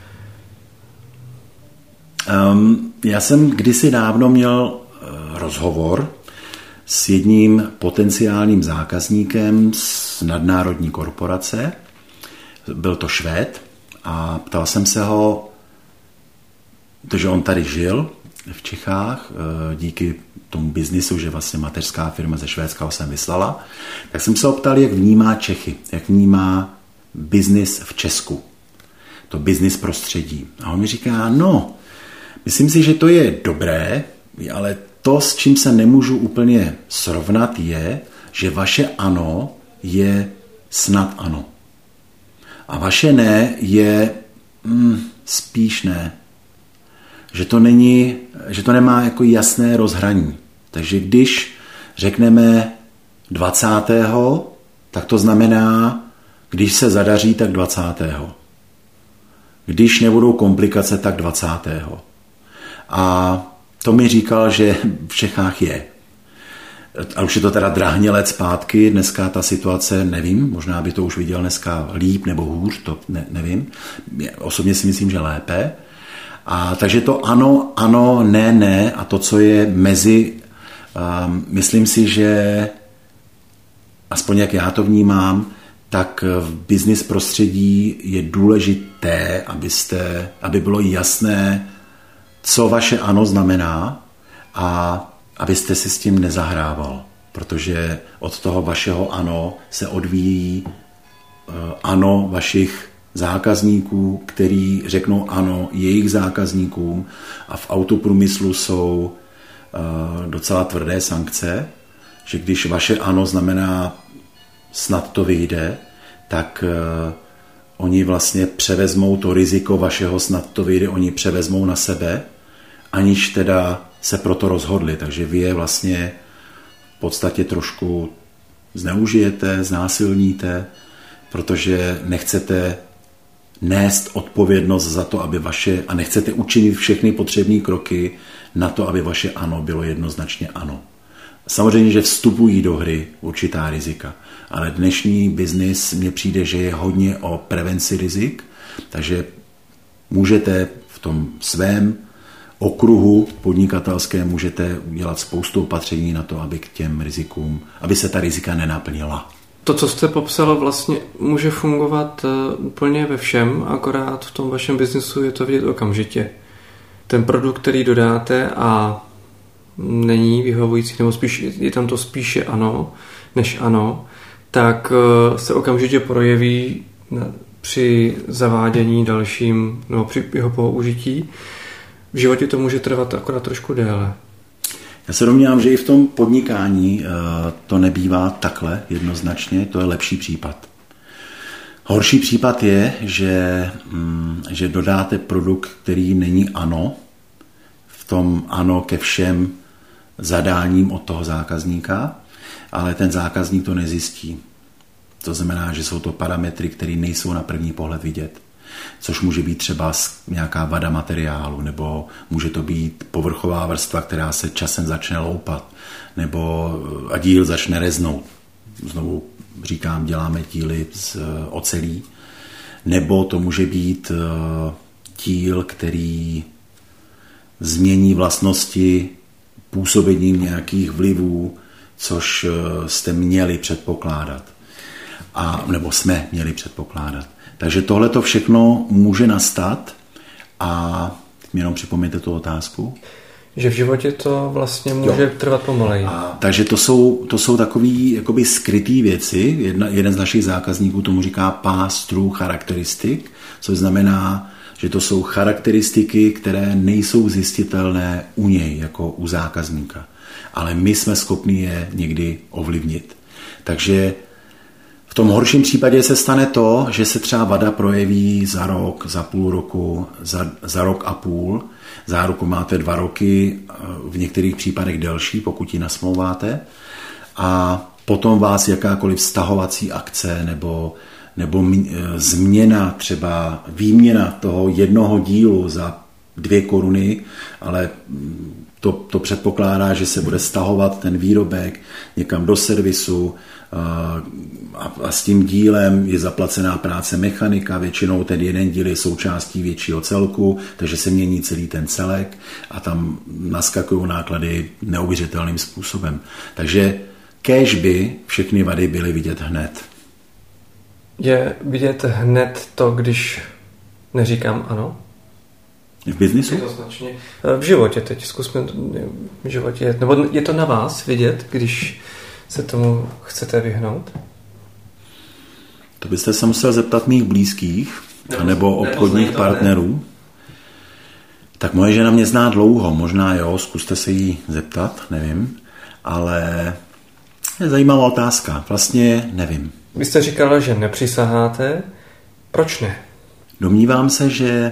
Um, já jsem kdysi dávno měl uh, rozhovor s jedním potenciálním zákazníkem z nadnárodní korporace. Byl to Švéd a ptal jsem se ho, protože on tady žil v Čechách, uh, díky tomu biznisu, že vlastně mateřská firma ze Švédska ho sem vyslala, tak jsem se ho ptal, jak vnímá Čechy, jak vnímá biznis v Česku, to biznis prostředí. A on mi říká, no, myslím si, že to je dobré, ale to, s čím se nemůžu úplně srovnat, je, že vaše ano je snad ano. A vaše ne je mm, spíš ne. Že to není, že to nemá jako jasné rozhraní. Takže když řekneme dvacátého, tak to znamená, když se zadaří, tak dvacátého. Když nebudou komplikace, tak dvacátého. A to mi říkal, že v Čechách je. A už je to teda drahně let zpátky, dneska ta situace, nevím, možná by to už viděl dneska líp nebo hůř, to ne, nevím. Osobně si myslím, že lépe. A takže to ano, ano, ne, ne a to, co je mezi, um, myslím si, že aspoň jak já to vnímám, tak v business prostředí je důležité, abyste, aby bylo jasné, co vaše ano znamená a abyste si s tím nezahrával, protože od toho vašeho ano se odvíjí ano vašich zákazníků, který řeknou ano jejich zákazníkům a v autoprůmyslu jsou docela tvrdé sankce, že když vaše ano znamená snad to vyjde, tak oni vlastně převezmou to riziko vašeho snad to vyjde, oni převezmou na sebe, aniž teda se proto rozhodli. Takže vy je vlastně v podstatě trošku zneužijete, znásilníte, protože nechcete nést odpovědnost za to, aby vaše, a nechcete učinit všechny potřebné kroky na to, aby vaše ano bylo jednoznačně ano. Samozřejmě, že vstupují do hry určitá rizika, ale dnešní biznis mně přijde, že je hodně o prevenci rizik, takže můžete v tom svém okruhu podnikatelské můžete udělat spoustu opatření na to, aby k těm rizikům, aby se ta rizika nenaplnila. To, co jste popsal, vlastně může fungovat úplně ve všem, akorát v tom vašem biznesu je to vidět okamžitě. Ten produkt, který dodáte a není vyhovující, nebo spíš je tam to spíše ano, než ano, tak se okamžitě projeví při zavádění dalším, nebo při jeho použití. V životě to může trvat akorát trošku déle. Já se domnívám, že i v tom podnikání to nebývá takhle jednoznačně, to je lepší případ. Horší případ je, že, že dodáte produkt, který není ano, v tom ano ke všem zadáním od toho zákazníka, ale ten zákazník to nezjistí. To znamená, že jsou to parametry, které nejsou na první pohled vidět. Což může být třeba nějaká vada materiálu, nebo může to být povrchová vrstva, která se časem začne loupat, nebo a díl začne reznout. Znovu říkám, děláme díly z ocelí. Nebo to může být díl, který změní vlastnosti působením nějakých vlivů, což jste měli předpokládat. A, nebo jsme měli předpokládat. Takže tohle to všechno může nastat a mi jenom připomeňte tu otázku. Že v životě to vlastně může jo. trvat pomaleji. A, takže to jsou, to jsou takový jakoby skrytý věci. Jedna, jeden z našich zákazníků tomu říká pass-through charakteristik, což znamená, že to jsou charakteristiky, které nejsou zjistitelné u něj, jako u zákazníka. Ale my jsme schopni je někdy ovlivnit. Takže v tom horším případě se stane to, že se třeba vada projeví za rok, za půl roku, za, za rok a půl. Záruku máte dva roky, v některých případech delší, pokud ji nasmlouváte. A potom vás jakákoliv stahovací akce nebo, nebo změna, třeba výměna toho jednoho dílu za dvě koruny, ale to, to předpokládá, že se bude stahovat ten výrobek někam do servisu, a s tím dílem je zaplacená práce mechanika, většinou ten jeden díl je součástí většího celku, takže se mění celý ten celek a tam naskakují náklady neuvěřitelným způsobem. Takže kéž by všechny vady byly vidět hned. Je vidět hned to, když neříkám ano? V biznisu? Jednoznačně. V životě teď, zkusme v životě, nebo je to na vás vidět, když se tomu chcete vyhnout? To byste se musel zeptat mých blízkých nebo, nebo obchodních partnerů. Ne. Tak moje žena mě zná dlouho, možná jo, zkuste se jí zeptat, nevím, ale je zajímavá otázka, vlastně nevím. Vy jste říkala, že nepřisaháte, proč ne? Domnívám se, že,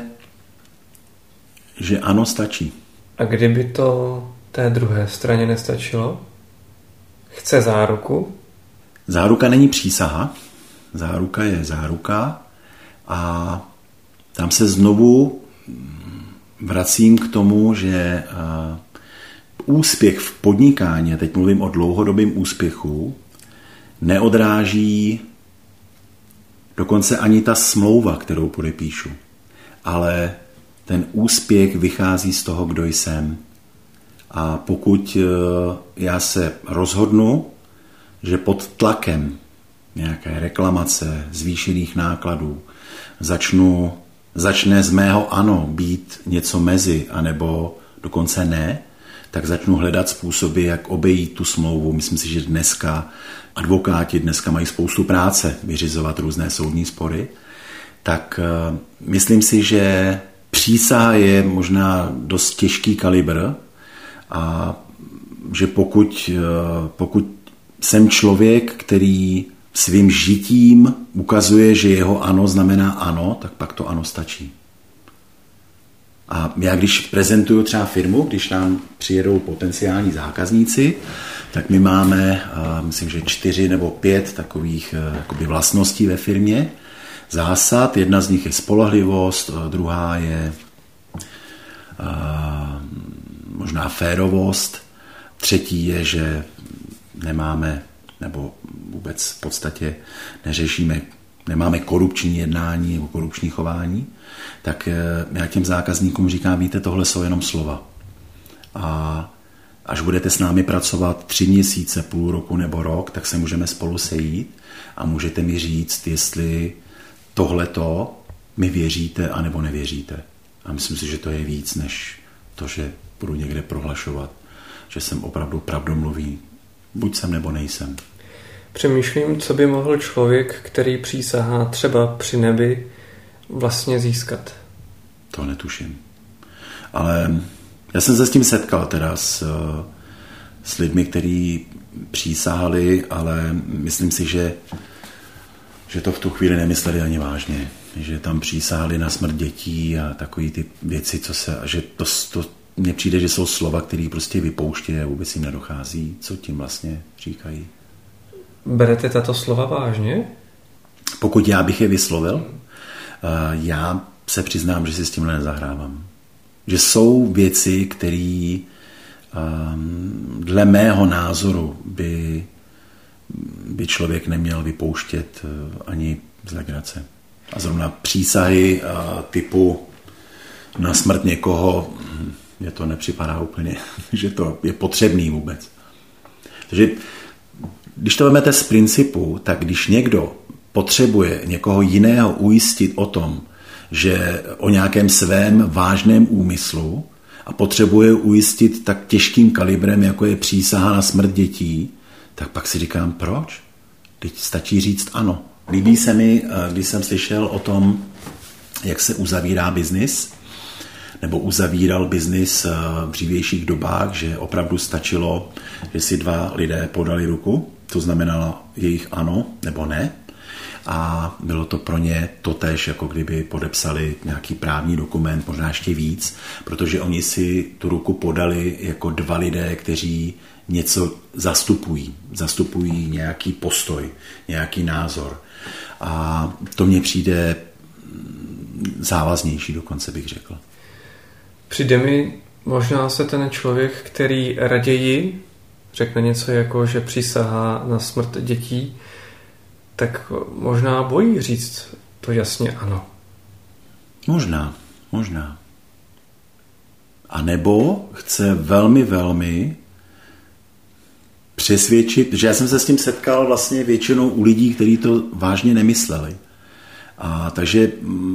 že ano stačí. A kdyby to té druhé straně nestačilo? Chce záruku? Záruka není přísaha, záruka je záruka a tam se znovu vracím k tomu, že úspěch v podnikání, teď mluvím o dlouhodobém úspěchu, neodráží dokonce ani ta smlouva, kterou podepíšu, ale ten úspěch vychází z toho, kdo jsem. A pokud já se rozhodnu, že pod tlakem nějaké reklamace, zvýšených nákladů začnu, začne z mého ano být něco mezi, anebo dokonce ne, tak začnu hledat způsoby, jak obejít tu smlouvu. Myslím si, že dneska advokáti dneska mají spoustu práce vyřizovat různé soudní spory. Tak myslím si, že přísaha je možná dost těžký kalibr a že pokud, pokud jsem člověk, který svým žitím ukazuje, že jeho ano znamená ano, tak pak to ano stačí. A já když prezentuju třeba firmu, když nám přijedou potenciální zákazníci, tak my máme, myslím, že čtyři nebo pět takových jakoby vlastností ve firmě. Zásad, jedna z nich je spolehlivost, druhá je možná možná férovost. Třetí je, že nemáme, nebo vůbec v podstatě neřešíme, nemáme korupční jednání nebo korupční chování. Tak já těm zákazníkům říkám, víte, tohle jsou jenom slova. A až budete s námi pracovat tři měsíce, půl roku nebo rok, tak se můžeme spolu sejít a můžete mi říct, jestli tohleto mi věříte anebo nevěříte. A myslím si, že to je víc, než to, že budu někde prohlašovat, že jsem opravdu pravdomluvný. Buď jsem nebo nejsem. Přemýšlím, co by mohl člověk, který přísahá třeba při nebi, vlastně získat. To netuším. Ale já jsem se s tím setkal teda s, s lidmi, kteří přísahali, ale myslím si, že, že to v tu chvíli nemysleli ani vážně. Že tam přísahali na smrt dětí a takové ty věci, co se, že to, to mně přijde, že jsou slova, které prostě vypouštějí a vůbec jim nedochází, co tím vlastně říkají. Berete tato slova vážně? Pokud já bych je vyslovil, já se přiznám, že si s tímhle nezahrávám. Že jsou věci, které dle mého názoru by, by člověk neměl vypouštět ani z legrace. A zrovna přísahy typu na smrt někoho, mně to nepřipadá úplně, že to je potřebný vůbec. Takže když to vezmete z principu, tak když někdo potřebuje někoho jiného ujistit o tom, že o nějakém svém vážném úmyslu a potřebuje ujistit tak těžkým kalibrem, jako je přísaha na smrt dětí, tak pak si říkám, proč? Teď stačí říct ano. Líbí se mi, když jsem slyšel o tom, jak se uzavírá biznis, nebo uzavíral biznis v dřívějších dobách, že opravdu stačilo, že si dva lidé podali ruku, to znamenalo jejich ano nebo ne, a bylo to pro ně totéž, jako kdyby podepsali nějaký právní dokument, možná ještě víc, protože oni si tu ruku podali jako dva lidé, kteří něco zastupují, zastupují nějaký postoj, nějaký názor. A to mně přijde závaznější, dokonce bych řekl. Přijde mi možná se ten člověk, který raději řekne něco jako, že přísahá na smrt dětí, tak možná bojí říct to jasně ano. Možná, možná. A nebo chce velmi, velmi přesvědčit, že já jsem se s tím setkal vlastně většinou u lidí, kteří to vážně nemysleli. A takže,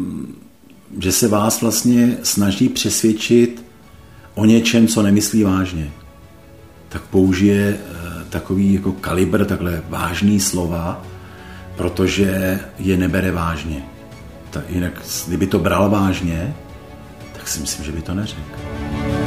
že se vás vlastně snaží přesvědčit o něčem, co nemyslí vážně. Tak použije takový jako kalibr, takhle vážný slova, protože je nebere vážně. Tak jinak, kdyby to bral vážně, tak si myslím, že by to neřekl.